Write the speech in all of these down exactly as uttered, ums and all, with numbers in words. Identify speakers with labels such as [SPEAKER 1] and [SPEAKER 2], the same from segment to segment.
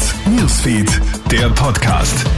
[SPEAKER 1] Newsfeed, der Podcast.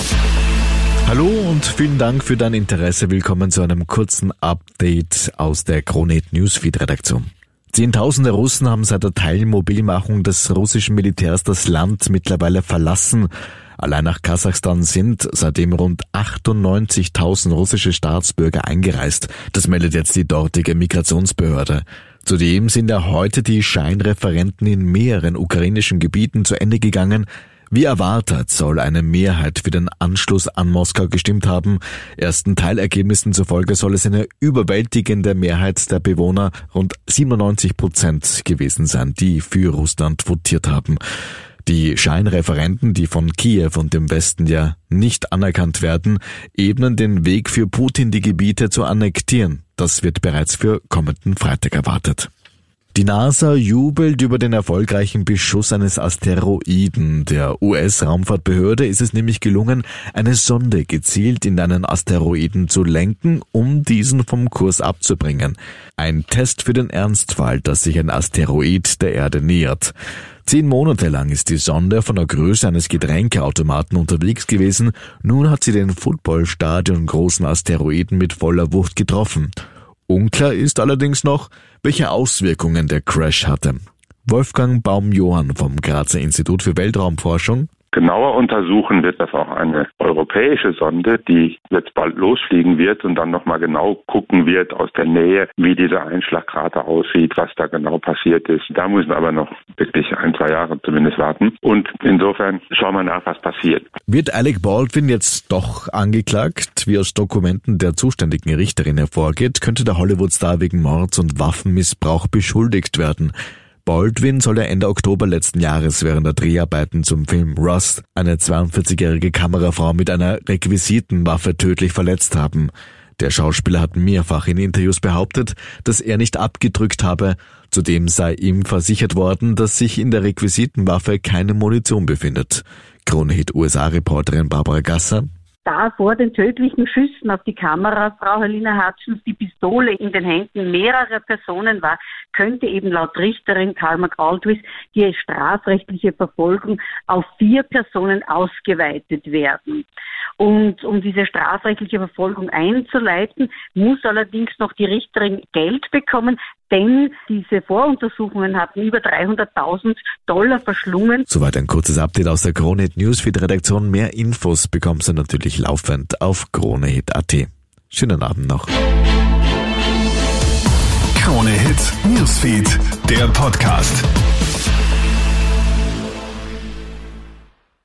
[SPEAKER 2] Hallo und vielen Dank für dein Interesse. Willkommen zu einem kurzen Update aus der Krone-Hit Newsfeed-Redaktion. Zehntausende Russen haben seit der Teilmobilmachung des russischen Militärs das Land mittlerweile verlassen. Allein nach Kasachstan sind seitdem rund achtundneunzigtausend russische Staatsbürger eingereist. Das meldet jetzt die dortige Migrationsbehörde. Zudem sind ja heute die Scheinreferenden in mehreren ukrainischen Gebieten zu Ende gegangen. Wie erwartet soll eine Mehrheit für den Anschluss an Moskau gestimmt haben. Ersten Teilergebnissen zufolge soll es eine überwältigende Mehrheit der Bewohner, rund siebenundneunzig Prozent gewesen sein, die für Russland votiert haben. Die Scheinreferenden, die von Kiew und dem Westen ja nicht anerkannt werden, ebnen den Weg für Putin, die Gebiete zu annektieren. Das wird bereits für kommenden Freitag erwartet. Die NASA jubelt über den erfolgreichen Beschuss eines Asteroiden. Der U S-Raumfahrtbehörde ist es nämlich gelungen, eine Sonde gezielt in einen Asteroiden zu lenken, um diesen vom Kurs abzubringen. Ein Test für den Ernstfall, dass sich ein Asteroid der Erde nähert. Zehn Monate lang ist die Sonde von der Größe eines Getränkeautomaten unterwegs gewesen. Nun hat sie den Footballstadion großen Asteroiden mit voller Wucht getroffen. Unklar ist allerdings noch, welche Auswirkungen der Crash hatte. Wolfgang Baum-Johann vom Grazer Institut für Weltraumforschung.
[SPEAKER 3] Genauer untersuchen wird das auch eine europäische Sonde, die jetzt bald losfliegen wird und dann nochmal genau gucken wird aus der Nähe, wie dieser Einschlagkrater aussieht, was da genau passiert ist. Da müssen wir aber noch wirklich ein, zwei Jahre zumindest warten. Und insofern schauen wir nach, was passiert.
[SPEAKER 2] Wird Alec Baldwin jetzt doch angeklagt? Wie aus Dokumenten der zuständigen Richterin hervorgeht, könnte der Hollywood-Star wegen Mords und Waffenmissbrauch beschuldigt werden. Baldwin soll ja Ende Oktober letzten Jahres während der Dreharbeiten zum Film Rust eine zweiundvierzigjährige Kamerafrau mit einer Requisitenwaffe tödlich verletzt haben. Der Schauspieler hat mehrfach in Interviews behauptet, dass er nicht abgedrückt habe. Zudem sei ihm versichert worden, dass sich in der Requisitenwaffe keine Munition befindet. Krone-Hit U S A-Reporterin Barbara Gasser.
[SPEAKER 4] Da vor den tödlichen Schüssen auf die Kamerafrau Helena Hutchins die Pistole in den Händen mehrerer Personen war, könnte eben laut Richterin Karl McAldrich die strafrechtliche Verfolgung auf vier Personen ausgeweitet werden. Und um diese strafrechtliche Verfolgung einzuleiten, muss allerdings noch die Richterin Geld bekommen, denn diese Voruntersuchungen hatten über dreihunderttausend Dollar verschlungen.
[SPEAKER 2] Soweit ein kurzes Update aus der Krone-Hit Newsfeed-Redaktion. Mehr Infos bekommst du natürlich laufend auf Kronehit punkt a t. Schönen Abend noch.
[SPEAKER 1] Krone-Hit Newsfeed, der Podcast.